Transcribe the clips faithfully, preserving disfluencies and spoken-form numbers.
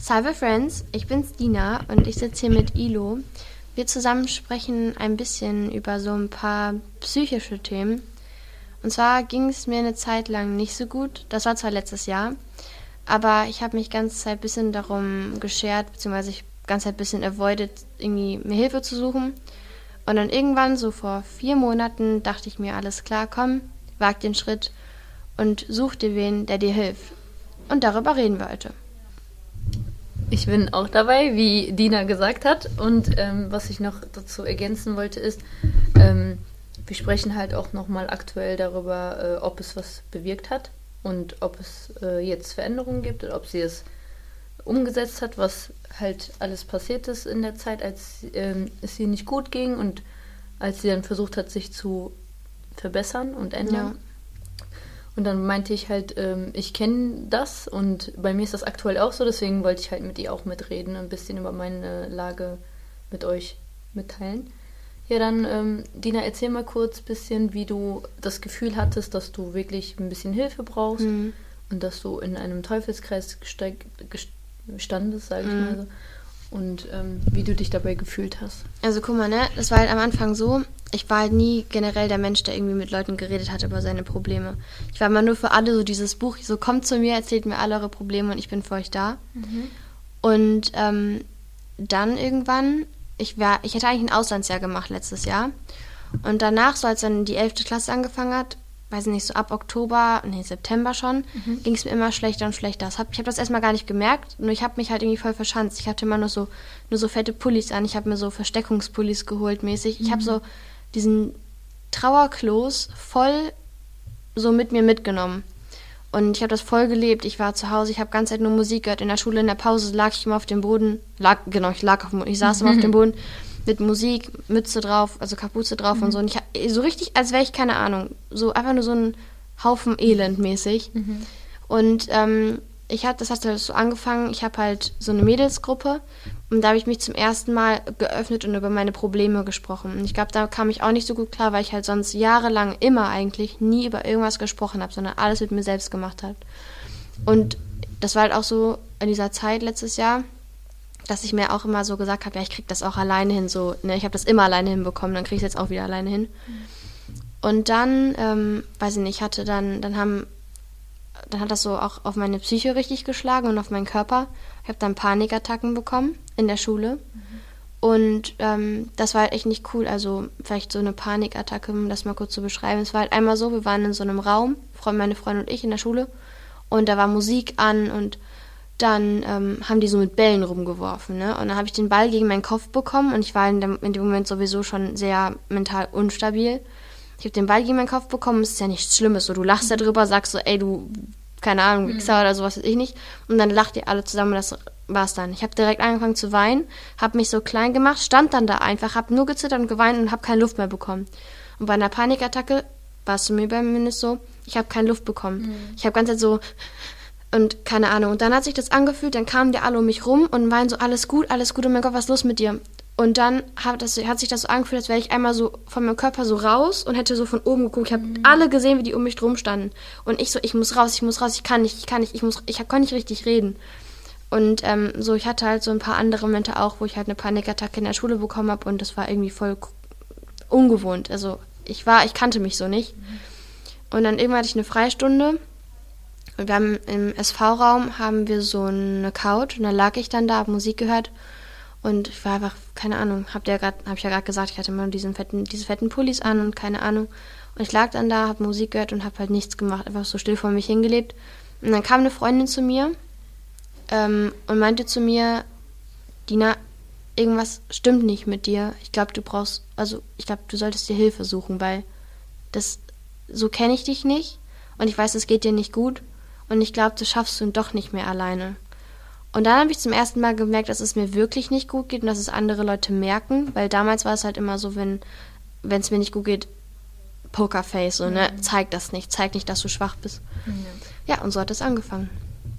Salve Friends, ich bin's Dina und ich sitze hier mit Ilo. Wir zusammen sprechen ein bisschen über so ein paar psychische Themen. Und zwar ging es mir eine Zeit lang nicht so gut. Das war zwar letztes Jahr, aber ich habe mich ganze Zeit ein bisschen darum geschert, beziehungsweise ich ganze Zeit ein bisschen avoided, irgendwie mir Hilfe zu suchen. Und dann irgendwann, so vor vier Monaten, dachte ich mir, alles klar, komm, wag den Schritt und such dir wen, der dir hilft. Und darüber reden wir heute. Ich bin auch dabei, wie Dina gesagt hat. Und ähm, was ich noch dazu ergänzen wollte, ist, ähm, wir sprechen halt auch nochmal aktuell darüber, äh, ob es was bewirkt hat und ob es äh, jetzt Veränderungen gibt und ob sie es umgesetzt hat, was halt alles passiert ist in der Zeit, als ähm, es ihr nicht gut ging und als sie dann versucht hat, sich zu verbessern und ändern. Ja. Und dann meinte ich halt, ähm, ich kenne das und bei mir ist das aktuell auch so, deswegen wollte ich halt mit ihr auch mitreden und ein bisschen über meine Lage mit euch mitteilen. Ja, dann, ähm, Dina, erzähl mal kurz ein bisschen, wie du das Gefühl hattest, dass du wirklich ein bisschen Hilfe brauchst mhm. und dass du in einem Teufelskreis gesteig, gestandest, sage ich mhm. mal so, und ähm, wie du dich dabei gefühlt hast. Also guck mal, ne, das war halt am Anfang so, ich war halt nie generell der Mensch, der irgendwie mit Leuten geredet hat über seine Probleme. Ich war immer nur für alle so dieses Buch, so kommt zu mir, erzählt mir alle eure Probleme und ich bin für euch da. Mhm. Und ähm, dann irgendwann, ich, war, ich hätte eigentlich ein Auslandsjahr gemacht letztes Jahr. Und danach, so als dann die elfte Klasse angefangen hat, weiß nicht, so ab Oktober, nee, September schon, mhm. ging es mir immer schlechter und schlechter. Ich habe das erstmal gar nicht gemerkt, nur ich habe mich halt irgendwie voll verschanzt. Ich hatte immer nur so, nur so fette Pullis an, ich habe mir so Versteckungspullis geholt mäßig. Ich mhm. habe so diesen Trauerkloß voll so mit mir mitgenommen. Und ich habe das voll gelebt. Ich war zu Hause, ich habe ganze Zeit nur Musik gehört. In der Schule, in der Pause lag ich immer auf dem Boden. Lag, genau, ich lag auf dem Boden. Ich saß immer auf dem Boden mit Musik, Mütze drauf, also Kapuze drauf mhm. und so. Und ich so richtig, als wäre ich, keine Ahnung, so einfach nur so ein Haufen Elend mäßig. Mhm. Und ähm, ich hatte, das hat halt so angefangen, ich habe halt so eine Mädelsgruppe und da habe ich mich zum ersten Mal geöffnet und über meine Probleme gesprochen. Und ich glaube, da kam ich auch nicht so gut klar, weil ich halt sonst jahrelang immer eigentlich nie über irgendwas gesprochen habe, sondern alles mit mir selbst gemacht habe. Und das war halt auch so in dieser Zeit letztes Jahr, dass ich mir auch immer so gesagt habe, ja, ich krieg das auch alleine hin, so, ne, ich habe das immer alleine hinbekommen, dann krieg ich es jetzt auch wieder alleine hin. Mhm. Und dann, ähm, weiß ich nicht, ich hatte dann, dann haben, dann hat das so auch auf meine Psyche richtig geschlagen und auf meinen Körper. Ich habe dann Panikattacken bekommen in der Schule. Mhm. Und ähm, das war halt echt nicht cool, also vielleicht so eine Panikattacke, um das mal kurz zu beschreiben. Es war halt einmal so, wir waren in so einem Raum, meine Freundin und ich in der Schule, und da war Musik an und dann ähm, haben die so mit Bällen rumgeworfen, ne? Und dann habe ich den Ball gegen meinen Kopf bekommen und ich war in dem, in dem Moment sowieso schon sehr mental unstabil. Ich habe den Ball gegen meinen Kopf bekommen, es ist ja nichts Schlimmes, so du lachst mhm. darüber, sagst so, ey, du, keine Ahnung, Wichser mhm. oder sowas, weiß ich nicht. Und dann lacht ihr alle zusammen und das war's dann. Ich habe direkt angefangen zu weinen, habe mich so klein gemacht, stand dann da einfach, habe nur gezittert und geweint und habe keine Luft mehr bekommen. Und bei einer Panikattacke war es zu mir bei mir nicht so, ich habe keine Luft bekommen. Mhm. Ich habe ganz Zeit so... Und keine Ahnung. Und dann hat sich das angefühlt, dann kamen die alle um mich rum und meinen so, alles gut, alles gut, oh mein Gott, was ist los mit dir? Und dann hat, das, hat sich das so angefühlt, als wäre ich einmal so von meinem Körper so raus und hätte so von oben geguckt. Ich habe mhm. alle gesehen, wie die um mich drum standen. Und ich so, ich muss raus, ich muss raus, ich kann nicht, ich kann nicht, ich muss, ich kann nicht richtig reden. Und ähm, so, ich hatte halt so ein paar andere Momente auch, wo ich halt eine Panikattacke in der Schule bekommen habe und das war irgendwie voll ungewohnt. Also ich war, ich kannte mich so nicht. Mhm. Und dann irgendwann hatte ich eine Freistunde. Und wir haben im S V-Raum haben wir so eine Couch und da lag ich dann da, habe Musik gehört und ich war einfach, keine Ahnung, hab ja grad, hab ich ja gerade gesagt, ich hatte immer diesen fetten, diese fetten Pullis an und keine Ahnung. Und ich lag dann da, habe Musik gehört und habe halt nichts gemacht, einfach so still vor mich hingelebt. Und dann kam eine Freundin zu mir ähm, und meinte zu mir, Dina, irgendwas stimmt nicht mit dir. Ich glaube, du brauchst, also ich glaube, du solltest dir Hilfe suchen, weil das, so kenne ich dich nicht und ich weiß, es geht dir nicht gut. Und ich glaube, das schaffst du doch nicht mehr alleine. Und dann habe ich zum ersten Mal gemerkt, dass es mir wirklich nicht gut geht und dass es andere Leute merken. Weil damals war es halt immer so, wenn wenn es mir nicht gut geht, Pokerface, so, ne? Mhm. Zeig das nicht, zeig nicht, dass du schwach bist. Mhm. Ja, und so hat es angefangen.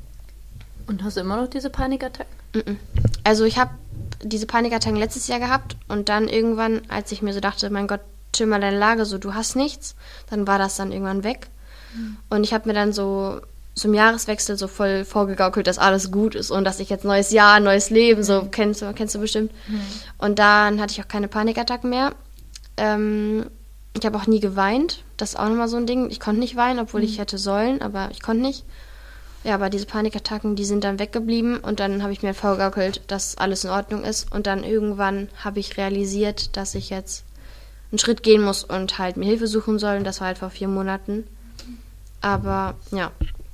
Und hast du immer noch diese Panikattacken? Mhm. Also ich habe diese Panikattacken letztes Jahr gehabt und dann irgendwann, als ich mir so dachte, mein Gott, chill mal deine Lage, so, du hast nichts, dann war das dann irgendwann weg. Mhm. Und ich habe mir dann so zum Jahreswechsel so voll vorgegaukelt, dass alles gut ist und dass ich jetzt neues Jahr, neues Leben, so kennst du, kennst du bestimmt. Mhm. Und dann hatte ich auch keine Panikattacken mehr. Ähm, ich habe auch nie geweint. Das ist auch nochmal so ein Ding. Ich konnte nicht weinen, obwohl mhm. ich hätte sollen, aber ich konnte nicht. Ja, aber diese Panikattacken, die sind dann weggeblieben und dann habe ich mir vorgegaukelt, dass alles in Ordnung ist. Und dann irgendwann habe ich realisiert, dass ich jetzt einen Schritt gehen muss und halt mir Hilfe suchen soll. Und das war halt vor vier Monaten. Aber ja.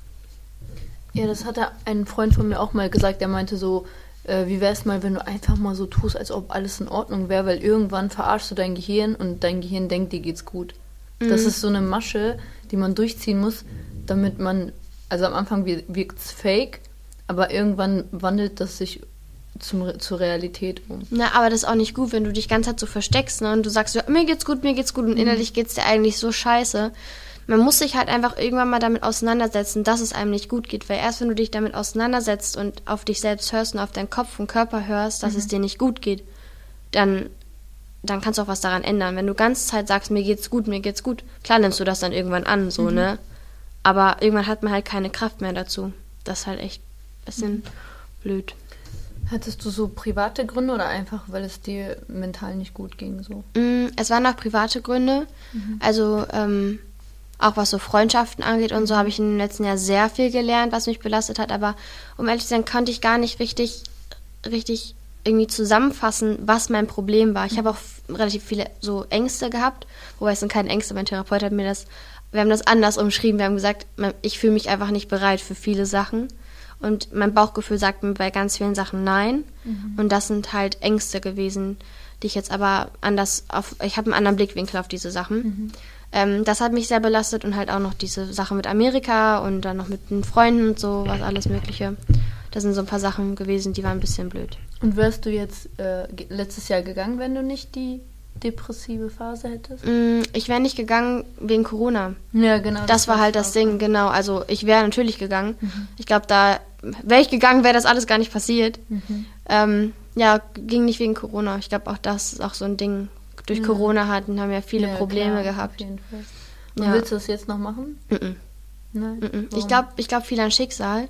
Ja, das hat ein Freund von mir auch mal gesagt. Der meinte so, äh, wie wär's mal, wenn du einfach mal so tust, als ob alles in Ordnung wäre, weil irgendwann verarschst du dein Gehirn und dein Gehirn denkt, dir geht's gut. Mhm. Das ist so eine Masche, die man durchziehen muss, damit man, also am Anfang wirkt's fake, aber irgendwann wandelt das sich zum, zur Realität um. Na, aber das ist auch nicht gut, wenn du dich die ganze Zeit so versteckst, ne, und du sagst, ja, mir geht's gut, mir geht's gut und mhm. innerlich geht's dir eigentlich so scheiße. Man muss sich halt einfach irgendwann mal damit auseinandersetzen, dass es einem nicht gut geht. Weil erst wenn du dich damit auseinandersetzt und auf dich selbst hörst und auf deinen Kopf und Körper hörst, dass mhm. es dir nicht gut geht, dann, dann kannst du auch was daran ändern. Wenn du die ganze Zeit sagst, mir geht's gut, mir geht's gut, klar nimmst du das dann irgendwann an, so, mhm. ne? Aber irgendwann hat man halt keine Kraft mehr dazu. Das ist halt echt ein bisschen mhm. blöd. Hattest du so private Gründe oder einfach, weil es dir mental nicht gut ging? So? Mm, es waren auch private Gründe. Mhm. Also, ähm, auch was so Freundschaften angeht und so habe ich im letzten Jahr sehr viel gelernt, was mich belastet hat. Aber um ehrlich zu sein, konnte ich gar nicht richtig, richtig irgendwie zusammenfassen, was mein Problem war. Ich habe auch f- relativ viele so Ängste gehabt, wobei es sind keine Ängste. Mein Therapeut hat mir das, wir haben das anders umschrieben. Wir haben gesagt, ich fühle mich einfach nicht bereit für viele Sachen. Und mein Bauchgefühl sagt mir bei ganz vielen Sachen nein. Mhm. Und das sind halt Ängste gewesen, die ich jetzt aber anders auf, ich habe einen anderen Blickwinkel auf diese Sachen. Mhm. Ähm, das hat mich sehr belastet und halt auch noch diese Sache mit Amerika und dann noch mit den Freunden und so, was alles Mögliche. Das sind so ein paar Sachen gewesen, die waren ein bisschen blöd. Und wärst du jetzt äh, letztes Jahr gegangen, wenn du nicht die depressive Phase hättest? Mm, ich wäre nicht gegangen wegen Corona. Ja, genau. Das, das war halt das Ding, genau. Also ich wäre natürlich gegangen. Mhm. Ich glaube, da wäre ich gegangen, wäre das alles gar nicht passiert. Mhm. Ähm, ja, ging nicht wegen Corona. Ich glaube, auch das ist auch so ein Ding. Durch ja. Corona hatten, haben ja viele ja, Probleme klar, gehabt. Auf jeden Fall. Und ja. willst du das jetzt noch machen? Mm-mm. Nein? Mm-mm. Ich glaube ich glaub viel an Schicksal.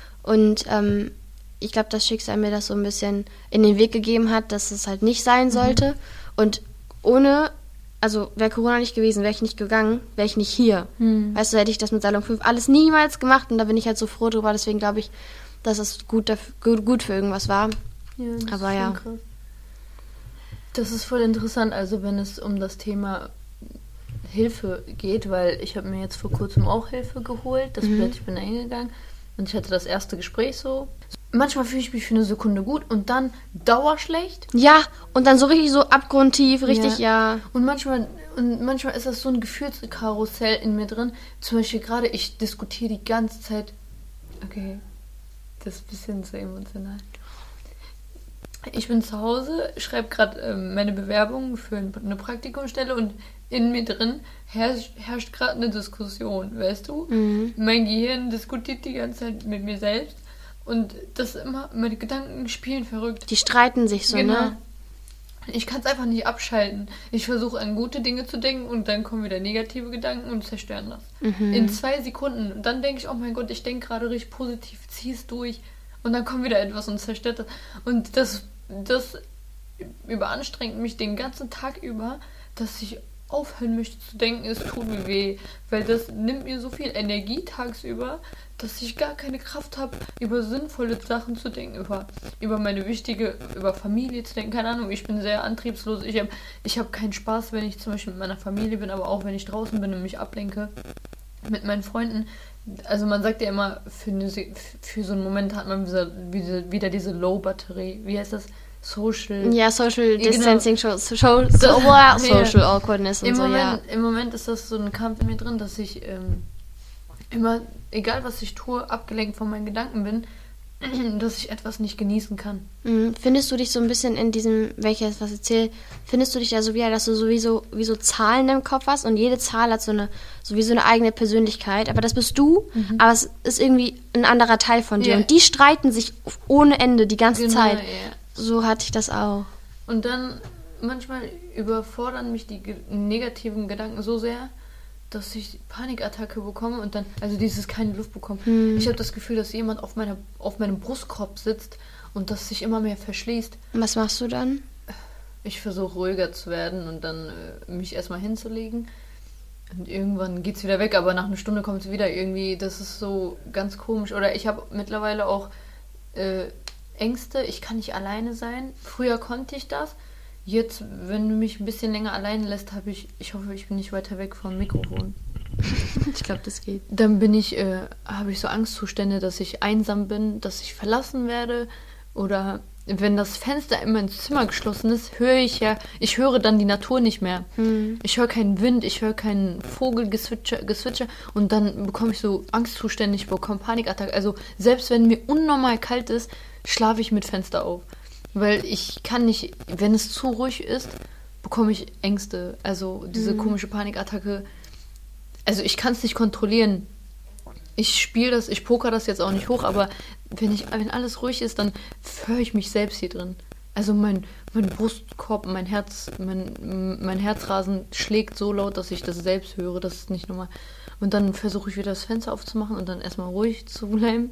Und ähm, ich glaube, dass Schicksal mir das so ein bisschen in den Weg gegeben hat, dass es halt nicht sein sollte. Mhm. Und ohne, also wäre Corona nicht gewesen, wäre ich nicht gegangen, wäre ich nicht hier. Mhm. Weißt du, hätte ich das mit Salon fünf alles niemals gemacht. Und da bin ich halt so froh drüber. Deswegen glaube ich, dass es gut, dafür, gut, gut für irgendwas war. Ja, das Aber ist ja. krass. Das ist voll interessant, also wenn es um das Thema Hilfe geht, weil ich habe mir jetzt vor kurzem auch Hilfe geholt, das mhm. Blatt, ich bin eingegangen und ich hatte das erste Gespräch so. Manchmal fühle ich mich für eine Sekunde gut und dann dauerschlecht. Ja, und dann so richtig so abgrundtief, richtig, ja. ja. Und manchmal, und manchmal ist das so ein Gefühlskarussell in mir drin. Zum Beispiel gerade, ich diskutiere die ganze Zeit, okay, das ist ein bisschen zu emotional. Ich bin zu Hause, schreibe gerade ähm, meine Bewerbung für eine Praktikumsstelle und in mir drin herrscht, herrscht gerade eine Diskussion, weißt du? Mhm. Mein Gehirn diskutiert die ganze Zeit mit mir selbst und das immer, meine Gedanken spielen verrückt. Die streiten sich so, genau. ne? Ich kann es einfach nicht abschalten. Ich versuche an gute Dinge zu denken und dann kommen wieder negative Gedanken und zerstören das. Mhm. In zwei Sekunden. Und dann denke ich, oh mein Gott, ich denke gerade richtig positiv, zieh es durch. Und dann kommt wieder etwas und zerstört das. Und das Das überanstrengt mich den ganzen Tag über, dass ich aufhören möchte zu denken, es tut mir weh. Weil das nimmt mir so viel Energie tagsüber, dass ich gar keine Kraft habe, über sinnvolle Sachen zu denken, über, über meine wichtige, über Familie zu denken. Keine Ahnung, ich bin sehr antriebslos. Ich habe ich hab keinen Spaß, wenn ich zum Beispiel mit meiner Familie bin, aber auch wenn ich draußen bin und mich ablenke mit meinen Freunden. Also man sagt ja immer, für, eine, für so einen Moment hat man wieder, wieder diese Low-Batterie. Wie heißt das? Social... Ja, Social Distancing, genau. so, so, so, wow, Social ja. Awkwardness und Im so, Moment, ja. Im Moment ist das so ein Kampf in mir drin, dass ich ähm, immer, egal was ich tue, abgelenkt von meinen Gedanken bin, dass ich etwas nicht genießen kann. Mhm. Findest du dich so ein bisschen in diesem, wenn ich jetzt was erzähle, findest du dich da so wieder, dass du sowieso wie so Zahlen im Kopf hast und jede Zahl hat so eine, so wie so eine eigene Persönlichkeit, aber das bist du, mhm. aber es ist irgendwie ein anderer Teil von dir ja. und die streiten sich ohne Ende die ganze genau, Zeit. Ja. So hatte ich das auch. Und dann manchmal überfordern mich die ge- negativen Gedanken so sehr, dass ich Panikattacke bekomme und dann, also dieses keine Luft bekommen. Hm. Ich habe das Gefühl, dass jemand auf, meiner, auf meinem Brustkorb sitzt und das sich immer mehr verschließt. Und was machst du dann? Ich versuche ruhiger zu werden und dann äh, mich erstmal hinzulegen. Und irgendwann geht's wieder weg, aber nach einer Stunde kommt es wieder irgendwie. Das ist so ganz komisch. Oder ich habe mittlerweile auch äh, Ängste. Ich kann nicht alleine sein. Früher konnte ich das. Jetzt, wenn du mich ein bisschen länger alleine lässt, habe ich, ich hoffe, ich bin nicht weiter weg vom Mikrofon. Ich glaube, das geht. Dann bin ich, äh, habe ich so Angstzustände, dass ich einsam bin, dass ich verlassen werde. Oder wenn das Fenster immer ins Zimmer geschlossen ist, höre ich ja, ich höre dann die Natur nicht mehr. Hm. Ich höre keinen Wind, ich höre keinen Vogelgezwitscher Gezwitscher und dann bekomme ich so Angstzustände, ich bekomme Panikattacken. Also selbst wenn mir unnormal kalt ist, schlafe ich mit Fenster auf. Weil ich kann nicht, wenn es zu ruhig ist, bekomme ich Ängste. Also diese Mhm. komische Panikattacke. Also ich kann es nicht kontrollieren. Ich spiele das, ich poker das jetzt auch nicht hoch, aber wenn ich, wenn alles ruhig ist, dann höre ich mich selbst hier drin. Also mein, mein Brustkorb, mein Herz, mein, mein Herzrasen schlägt so laut, dass ich das selbst höre. Das ist nicht normal. Und dann versuche ich wieder das Fenster aufzumachen und dann erstmal ruhig zu bleiben.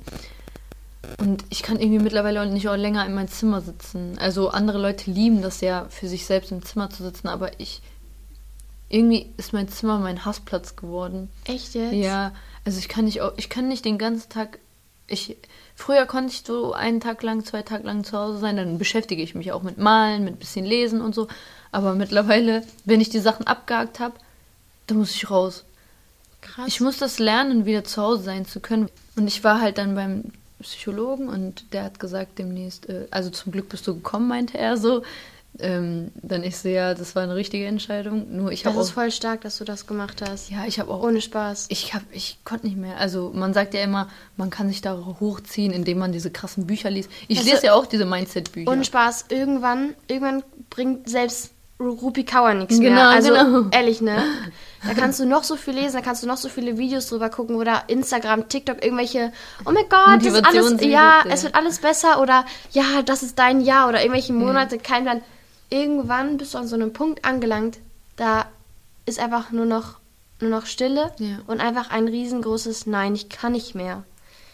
Und ich kann irgendwie mittlerweile auch nicht auch länger in mein Zimmer sitzen. Also andere Leute lieben das ja, für sich selbst im Zimmer zu sitzen, aber ich, irgendwie ist mein Zimmer mein Hassplatz geworden. Echt jetzt? Ja, also ich kann nicht, auch- ich kann nicht den ganzen Tag, ich, früher konnte ich so einen Tag lang, zwei Tage lang zu Hause sein, dann beschäftige ich mich auch mit Malen, mit ein bisschen Lesen und so. Aber mittlerweile, wenn ich die Sachen abgehakt habe, dann muss ich raus. Krass. Ich muss das lernen, wieder zu Hause sein zu können. Und ich war halt dann beim Psychologen und der hat gesagt demnächst, äh, also zum Glück bist du gekommen, meinte er so. Ähm, dann ich so, ja, das war eine richtige Entscheidung. Nur ich das habe ist auch, voll stark, dass du das gemacht hast. ja, ich habe auch, Ohne Spaß. ich habe, ich konnte nicht mehr. Also man sagt ja immer, man kann sich da hochziehen, indem man diese krassen Bücher liest. Ich Also, lese ja auch diese Mindset-Bücher. Ohne Spaß. Irgendwann, irgendwann bringt selbst Ru- Rupi Kauer nichts Genau, mehr. Also genau. ehrlich, ne? Da kannst du noch so viel lesen, da kannst du noch so viele Videos drüber gucken oder Instagram, TikTok, irgendwelche, oh mein Gott, das ist alles, Motivationsvideos, ja, ja. es wird alles besser oder ja, das ist dein Jahr oder irgendwelche Monate, kein Plan. Irgendwann bist du an so einem Punkt angelangt, da ist einfach nur noch, nur noch Stille Ja. und einfach ein riesengroßes Nein, ich kann nicht mehr.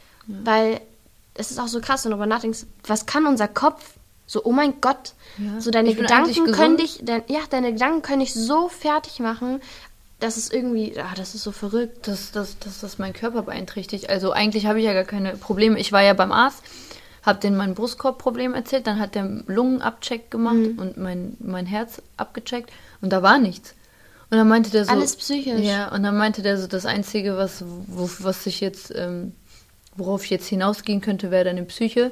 Weil es ist auch so krass, wenn du darüber nachdenkst, was kann unser Kopf? So, oh mein Gott, Ja. so deine Ich bin eigentlich Gedanken können gesund. dich, dein, ja, deine Gedanken können dich so fertig machen, dass es irgendwie, ah, das ist so verrückt. dass, dass, dass das mein Körper beeinträchtigt. Also eigentlich habe ich ja gar keine Probleme. Ich war ja beim Arzt, habe denen mein Brustkorbproblem erzählt, dann hat der Lungenabcheck gemacht Mhm. und mein, mein Herz abgecheckt und da war nichts. Und dann meinte der so... Alles psychisch. Ja, und dann meinte der so, das Einzige, was, wo, was ich jetzt, ähm, worauf ich jetzt hinausgehen könnte, wäre deine Psyche,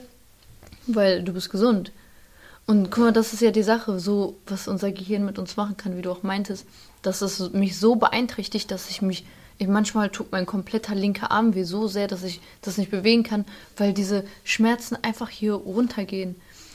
weil du bist gesund. Und guck mal, das ist ja die Sache, so was unser Gehirn mit uns machen kann, wie du auch meintest, dass es mich so beeinträchtigt, dass ich mich, ich, manchmal tut mein kompletter linker Arm weh so sehr, dass ich das nicht bewegen kann, weil diese Schmerzen einfach hier runtergehen.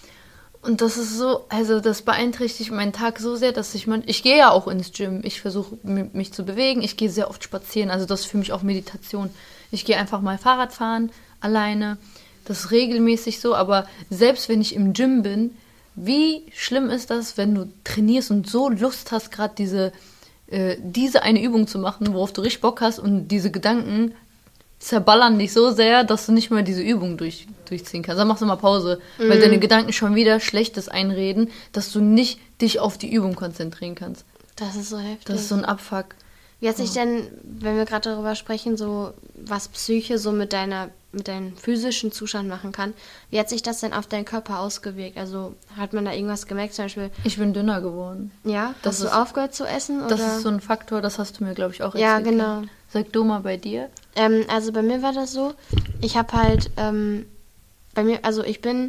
Und das ist so, also das beeinträchtigt meinen Tag so sehr, dass ich, man, ich gehe ja auch ins Gym, ich versuche mich zu bewegen, ich gehe sehr oft spazieren, also das ist für mich auch Meditation. Ich gehe einfach mal Fahrrad fahren, alleine, das ist regelmäßig so, aber selbst wenn ich im Gym bin, wie schlimm ist das, wenn du trainierst und so Lust hast, gerade diese, äh, diese eine Übung zu machen, worauf du richtig Bock hast und diese Gedanken zerballern dich so sehr, dass du nicht mehr diese Übung durch, durchziehen kannst. Dann machst du mal Pause, weil deine Gedanken schon wieder Schlechtes einreden, dass du nicht dich auf die Übung konzentrieren kannst. Das ist so heftig. Das ist so ein Abfuck. Wie hat sich denn, wenn wir gerade darüber sprechen, so was Psyche so mit deiner, mit deinem physischen Zustand machen kann, wie hat sich das denn auf deinen Körper ausgewirkt? Also hat man da irgendwas gemerkt, zum Beispiel, Ich bin dünner geworden. ja, Das hast du ist- aufgehört zu essen? Das oder? ist so ein Faktor, das hast du mir, glaube ich, auch Ja, erzählt. genau. Sag du mal bei dir. Ähm, also bei mir war das so, ich habe halt, ähm, bei mir, also ich bin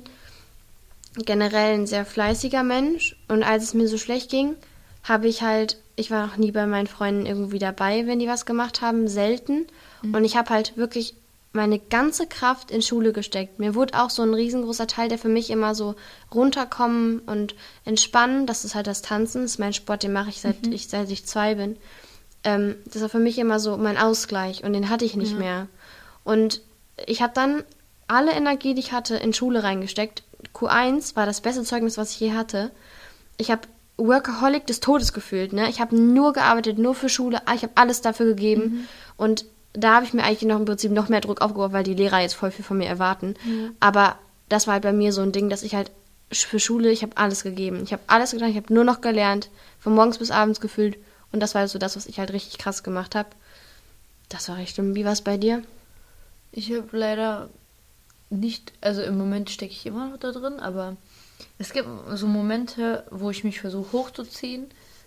generell ein sehr fleißiger Mensch und als es mir so schlecht ging, habe ich halt, ich war noch nie bei meinen Freunden irgendwie dabei, wenn die was gemacht haben, selten. Und ich habe halt wirklich meine ganze Kraft in Schule gesteckt. Mir wurde auch so ein riesengroßer Teil, der für mich immer so runterkommen und entspannen, das ist halt das Tanzen, das ist mein Sport, den mache ich seit, ich, seit ich zwei bin. Ähm, das war für mich immer so mein Ausgleich und den hatte ich nicht Ja. mehr. Und ich habe dann alle Energie, die ich hatte, in Schule reingesteckt. Q eins war das beste Zeugnis, was ich je hatte. Ich habe Workaholic des Todes gefühlt, ne? Ich habe nur gearbeitet, nur für Schule, ich habe alles dafür gegeben. Mhm. Und da habe ich mir eigentlich noch im Prinzip noch mehr Druck aufgebaut, weil die Lehrer jetzt voll viel von mir erwarten. Mhm. Aber das war halt bei mir so ein Ding, dass ich halt für Schule, ich habe alles gegeben. Ich habe alles getan, ich habe nur noch gelernt, von morgens bis abends gefühlt. Und das war so das, was ich halt richtig krass gemacht habe. Das war richtig schlimm. Wie war es bei dir? Ich habe leider nicht, also im Moment stecke ich immer noch da drin, aber es gibt so Momente, wo ich mich versuche hochzuziehen,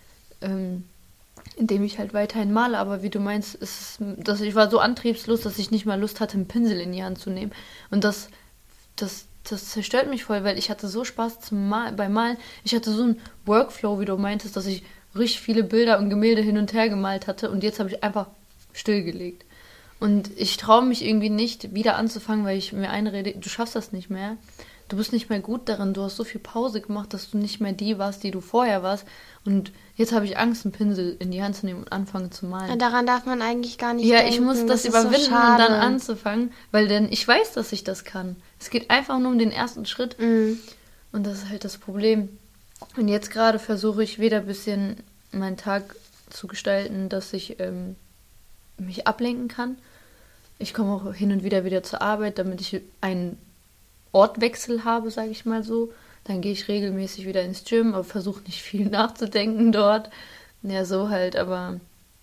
ähm, indem ich halt weiterhin male, aber wie du meinst, ist, dass ich war so antriebslos, dass ich nicht mal Lust hatte, einen Pinsel in die Hand zu nehmen. Und das, das, das zerstört mich voll, weil ich hatte so Spaß zum Mal, beim Malen. Ich hatte so einen Workflow, wie du meintest, dass ich richtig viele Bilder und Gemälde hin und her gemalt hatte und jetzt habe ich einfach stillgelegt. Und ich traue mich irgendwie nicht, wieder anzufangen, weil ich mir einrede, du schaffst das nicht mehr. Du bist nicht mehr gut darin. Du hast so viel Pause gemacht, dass du nicht mehr die warst, die du vorher warst. Und jetzt habe ich Angst, einen Pinsel in die Hand zu nehmen und anfangen zu malen. Ja, daran darf man eigentlich gar nicht ja, denken. Ja, ich muss das, das überwinden so und dann anzufangen, weil denn ich weiß, dass ich das kann. Es geht einfach nur um den ersten Schritt. Mhm. Und das ist halt das Problem. Und jetzt gerade versuche ich wieder ein bisschen meinen Tag zu gestalten, dass ich ähm, mich ablenken kann. Ich komme auch hin und wieder wieder zur Arbeit, damit ich einen Ortwechsel habe, sage ich mal so. Dann gehe ich regelmäßig wieder ins Gym, aber versuche nicht viel nachzudenken dort. Ja, so halt, aber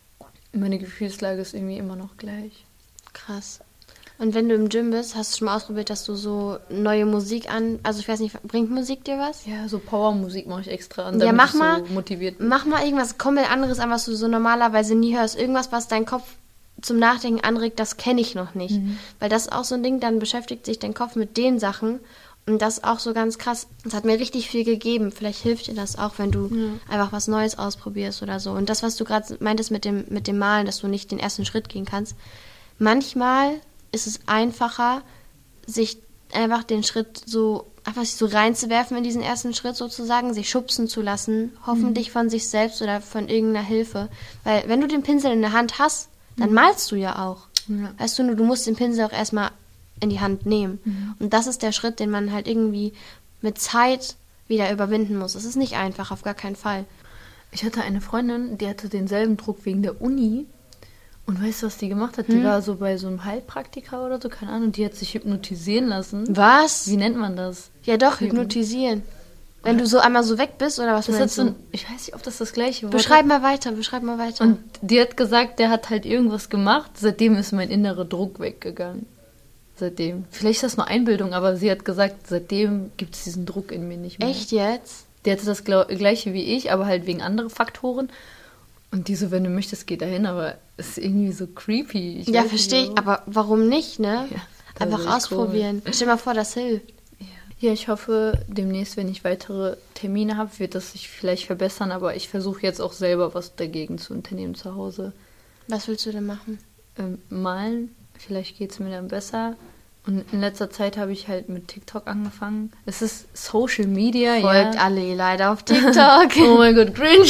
meine Gefühlslage ist irgendwie immer noch gleich. Krass. Und wenn du im Gym bist, hast du schon mal ausprobiert, dass du so neue Musik an... Also ich weiß nicht, bringt Musik dir was? Ja, so Powermusik mache ich extra an, damit ja, mach ich mal, so motiviert bin. Mach mal irgendwas komplett anderes an, was du so normalerweise nie hörst. Irgendwas, was deinen Kopf zum Nachdenken anregt, das kenne ich noch nicht. Mhm. Weil das ist auch so ein Ding, dann beschäftigt sich dein Kopf mit den Sachen. Und das ist auch so ganz krass. Das hat mir richtig viel gegeben. Vielleicht hilft dir das auch, wenn du ja. einfach was Neues ausprobierst oder so. Und das, was du gerade meintest mit dem, mit dem Malen, dass du nicht den ersten Schritt gehen kannst. Manchmal ist es einfacher, sich einfach den Schritt so, einfach sich so reinzuwerfen in diesen ersten Schritt sozusagen, sich schubsen zu lassen, hoffentlich mhm. von sich selbst oder von irgendeiner Hilfe. Weil wenn du den Pinsel in der Hand hast, dann mhm. malst du ja auch. Ja. Weißt du, nur du musst den Pinsel auch erstmal in die Hand nehmen. Mhm. Und das ist der Schritt, den man halt irgendwie mit Zeit wieder überwinden muss. Es ist nicht einfach, auf gar keinen Fall. Ich hatte eine Freundin, die hatte denselben Druck wegen der Uni. Und weißt du, was die gemacht hat? Die hm? war so bei so einem Heilpraktiker oder so, keine Ahnung, die hat sich hypnotisieren lassen. Was? Wie nennt man das? Ja doch, hypnotisieren. Wenn oder? Du so einmal so weg bist oder was das meinst so, du? Ich weiß nicht, ob das das gleiche war. Beschreib mal weiter, beschreib mal weiter. Und die hat gesagt, der hat halt irgendwas gemacht, seitdem ist mein innerer Druck weggegangen. Seitdem. Vielleicht ist das nur Einbildung, aber sie hat gesagt, seitdem gibt es diesen Druck in mir nicht mehr. Echt jetzt? Die hatte das glaub, gleiche wie ich, aber halt wegen anderen Faktoren. Und die so, wenn du möchtest, geh dahin, aber es ist irgendwie so creepy. Ich ja, verstehe ich, aber warum nicht, ne? Ja, einfach ausprobieren. Cool. Stell dir mal vor, das hilft. Ja. ja, ich hoffe, demnächst, wenn ich weitere Termine habe, wird das sich vielleicht verbessern, aber ich versuche jetzt auch selber was dagegen zu unternehmen zu Hause. Was willst du denn machen? Ähm, malen, vielleicht geht es mir dann besser. Und in letzter Zeit habe ich halt mit TikTok angefangen. Es ist Social Media, Folgt ja. Folgt alle ihr leider auf TikTok. Oh mein Gott, cringe.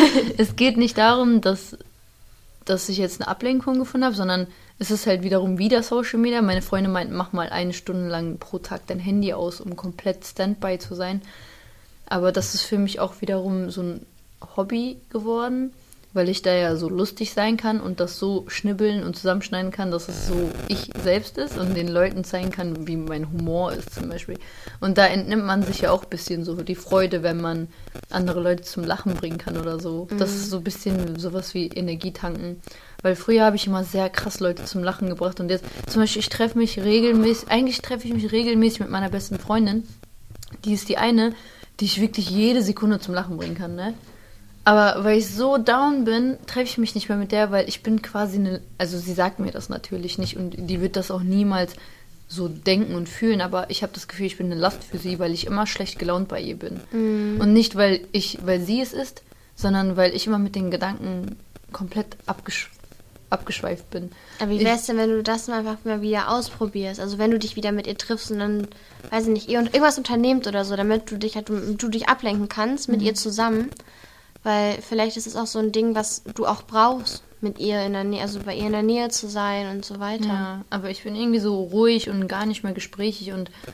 Es geht nicht darum, dass, dass ich jetzt eine Ablenkung gefunden habe, sondern es ist halt wiederum wieder Social Media. Meine Freunde meinten, mach mal eine Stunde lang pro Tag dein Handy aus, um komplett Standby zu sein. Aber das ist für mich auch wiederum so ein Hobby geworden, weil ich da ja so lustig sein kann und das so schnibbeln und zusammenschneiden kann, dass es so ich selbst ist und den Leuten zeigen kann, wie mein Humor ist zum Beispiel. Und da entnimmt man sich ja auch ein bisschen so die Freude, wenn man andere Leute zum Lachen bringen kann oder so. Mhm. Das ist so ein bisschen sowas wie Energietanken. Weil früher habe ich immer sehr krass Leute zum Lachen gebracht und jetzt zum Beispiel, ich treffe mich regelmäßig, eigentlich treffe ich mich regelmäßig mit meiner besten Freundin. Die ist die eine, die ich wirklich jede Sekunde zum Lachen bringen kann, ne? Aber weil ich so down bin, treffe ich mich nicht mehr mit der, weil ich bin quasi eine, also sie sagt mir das natürlich nicht und die wird das auch niemals so denken und fühlen, aber ich habe das Gefühl, ich bin eine Last für sie, weil ich immer schlecht gelaunt bei ihr bin. Mm. Und nicht, weil ich, weil sie es ist, sondern weil ich immer mit den Gedanken komplett abgesch- abgeschweift bin. Aber wie wär's denn, wenn du das mal einfach mal wieder ausprobierst? Also wenn du dich wieder mit ihr triffst und dann, weiß ich nicht, irgendwas unternehmt oder so, damit du dich halt, du dich ablenken kannst mit mm. ihr zusammen. Weil vielleicht ist es auch so ein Ding, was du auch brauchst, mit ihr in der Nähe, also bei ihr in der Nähe zu sein und so weiter. Ja, aber ich bin irgendwie so ruhig und gar nicht mehr gesprächig und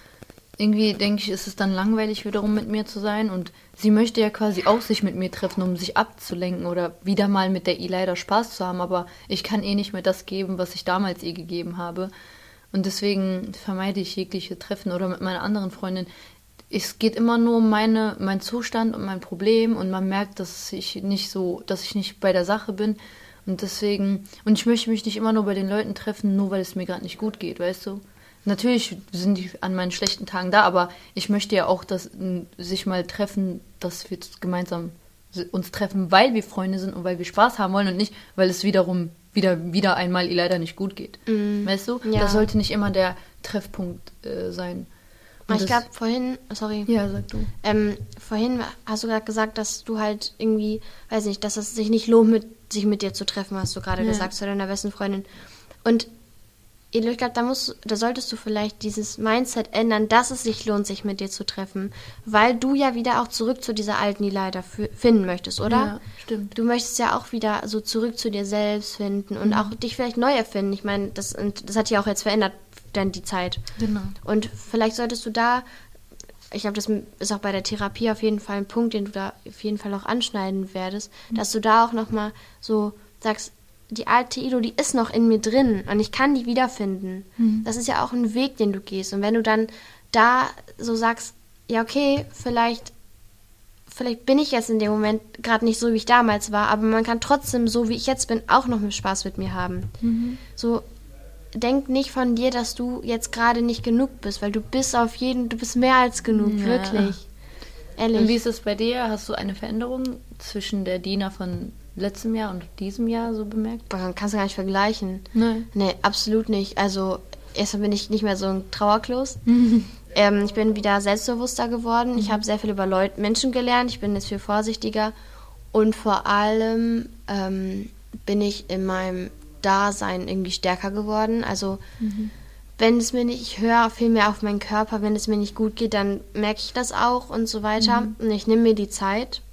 irgendwie denke ich, ist es dann langweilig wiederum mit mir zu sein und sie möchte ja quasi auch sich mit mir treffen, um sich abzulenken oder wieder mal mit der Ileida Spaß zu haben, aber ich kann eh nicht mehr das geben, was ich damals ihr gegeben habe und deswegen vermeide ich jegliche Treffen oder mit meiner anderen Freundin. Es geht immer nur um meine, meinen Zustand und mein Problem und man merkt, dass ich nicht so, dass ich nicht bei der Sache bin und deswegen, und ich möchte mich nicht immer nur bei den Leuten treffen, nur weil es mir gerade nicht gut geht, weißt du? Natürlich sind die an meinen schlechten Tagen da, aber ich möchte ja auch, dass m, sich mal treffen, dass wir gemeinsam uns treffen, weil wir Freunde sind und weil wir Spaß haben wollen und nicht, weil es wiederum wieder, wieder einmal ihr leider nicht gut geht. Mm. Weißt du? Ja. Das sollte nicht immer der Treffpunkt äh, sein. Und ich glaube, vorhin, sorry. Ja, sag du. Ähm, vorhin hast du gerade gesagt, dass du halt irgendwie, weiß nicht, dass es sich nicht lohnt, mit, sich mit dir zu treffen, hast du gerade ja. gesagt, zu deiner besten Freundin. Und ich glaube, da, musst, da solltest du vielleicht dieses Mindset ändern, dass es sich lohnt, sich mit dir zu treffen. Weil du ja wieder auch zurück zu dieser alten Ileida f- finden möchtest, oder? Ja, stimmt. Du möchtest ja auch wieder so zurück zu dir selbst finden und mhm. auch dich vielleicht neu erfinden. Ich meine, das, das hat ja auch jetzt verändert, dann die Zeit. Genau. Und vielleicht solltest du da, ich glaube, das ist auch bei der Therapie auf jeden Fall ein Punkt, den du da auf jeden Fall auch anschneiden werdest, mhm. dass du da auch nochmal so sagst, die alte Ido, die ist noch in mir drin und ich kann die wiederfinden. Mhm. Das ist ja auch ein Weg, den du gehst. Und wenn du dann da so sagst, ja okay, vielleicht, vielleicht bin ich jetzt in dem Moment gerade nicht so, wie ich damals war, aber man kann trotzdem, so wie ich jetzt bin, auch noch mehr Spaß mit mir haben. Mhm. So, denk nicht von dir, dass du jetzt gerade nicht genug bist, weil du bist auf jeden, du bist mehr als genug, ja. Wirklich. Ehrlich. Und wie ist es bei dir? Hast du eine Veränderung zwischen der Dina von letztem Jahr und diesem Jahr so bemerkt? Man kann es gar nicht vergleichen. Nein. Nee, absolut nicht. Also erstmal bin ich nicht mehr so ein Trauerklos. ähm, ich bin wieder selbstbewusster geworden. Mhm. Ich habe sehr viel über Leute, Menschen gelernt. Ich bin jetzt viel vorsichtiger. Und vor allem ähm, bin ich in meinem Dasein irgendwie stärker geworden. Also mhm. wenn es mir nicht, ich höre viel mehr auf meinen Körper, wenn es mir nicht gut geht, dann merke ich das auch und so weiter. Mhm. Und ich nehme mir die Zeit.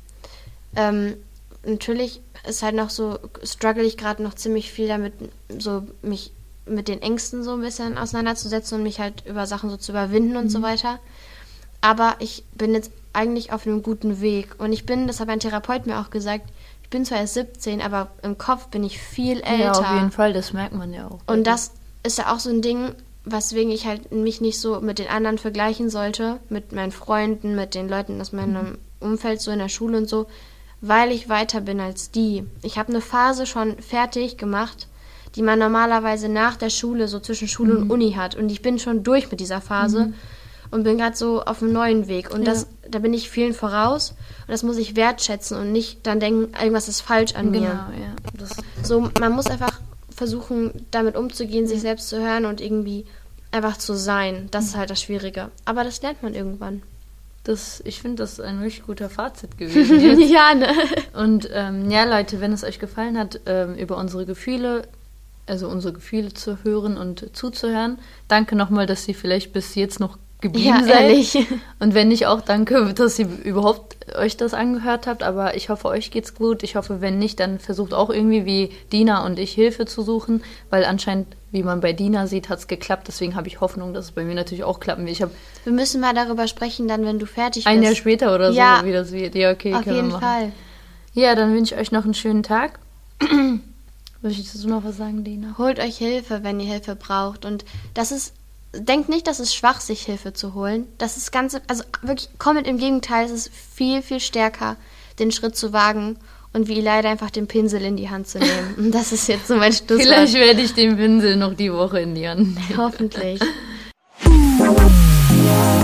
Ähm, natürlich ist halt noch so, struggle ich gerade noch ziemlich viel damit, so mich mit den Ängsten so ein bisschen auseinanderzusetzen und mich halt über Sachen so zu überwinden und mhm. so weiter. Aber ich bin jetzt eigentlich auf einem guten Weg. Und ich bin, das hat mein Therapeut mir auch gesagt, ich bin zwar erst siebzehn, aber im Kopf bin ich viel älter. Ja, auf jeden Fall, das merkt man ja auch. Und das ist ja auch so ein Ding, weswegen ich halt mich nicht so mit den anderen vergleichen sollte, mit meinen Freunden, mit den Leuten aus meinem mhm. Umfeld, so in der Schule und so, weil ich weiter bin als die. Ich habe eine Phase schon fertig gemacht, die man normalerweise nach der Schule, so zwischen Schule mhm. und Uni hat. Und ich bin schon durch mit dieser Phase mhm. und bin gerade so auf einem neuen Weg. Und ja. das, da bin ich vielen voraus. Und das muss ich wertschätzen und nicht dann denken, irgendwas ist falsch an genau, mir. Ja. Das so, man muss einfach versuchen, damit umzugehen, mhm. sich selbst zu hören und irgendwie einfach zu sein. Das mhm. ist halt das Schwierige. Aber das lernt man irgendwann. Das, ich finde, das ist ein richtig guter Fazit gewesen. Ja, ne? Und ähm, ja, Leute, wenn es euch gefallen hat, ähm, über unsere Gefühle, also unsere Gefühle zu hören und zuzuhören, danke nochmal, dass ihr vielleicht bis jetzt noch geblieben ja, seid. Ehrlich. Und wenn nicht, auch danke, dass ihr überhaupt euch das angehört habt. Aber ich hoffe, euch geht's gut. Ich hoffe, wenn nicht, dann versucht auch irgendwie wie Dina und ich Hilfe zu suchen, weil anscheinend, wie man bei Dina sieht, hat's geklappt. Deswegen habe ich Hoffnung, dass es bei mir natürlich auch klappen wird. Ich hab wir müssen mal darüber sprechen, dann, wenn du fertig bist. Ein Jahr später oder so, ja, wie das wird. Ja, okay, auf können jeden wir machen. Fall. Ja, dann wünsche ich euch noch einen schönen Tag. Möchtest du noch was sagen, Dina? Holt euch Hilfe, wenn ihr Hilfe braucht. Und das ist, denkt nicht, dass es schwach, sich Hilfe zu holen. Das ist ganz, also wirklich, komplett im Gegenteil, es ist viel, viel stärker, den Schritt zu wagen und wie leider einfach den Pinsel in die Hand zu nehmen. Und das ist jetzt so mein Schlusswort. Vielleicht werde ich den Pinsel noch die Woche in die Hand nehmen. Hoffentlich.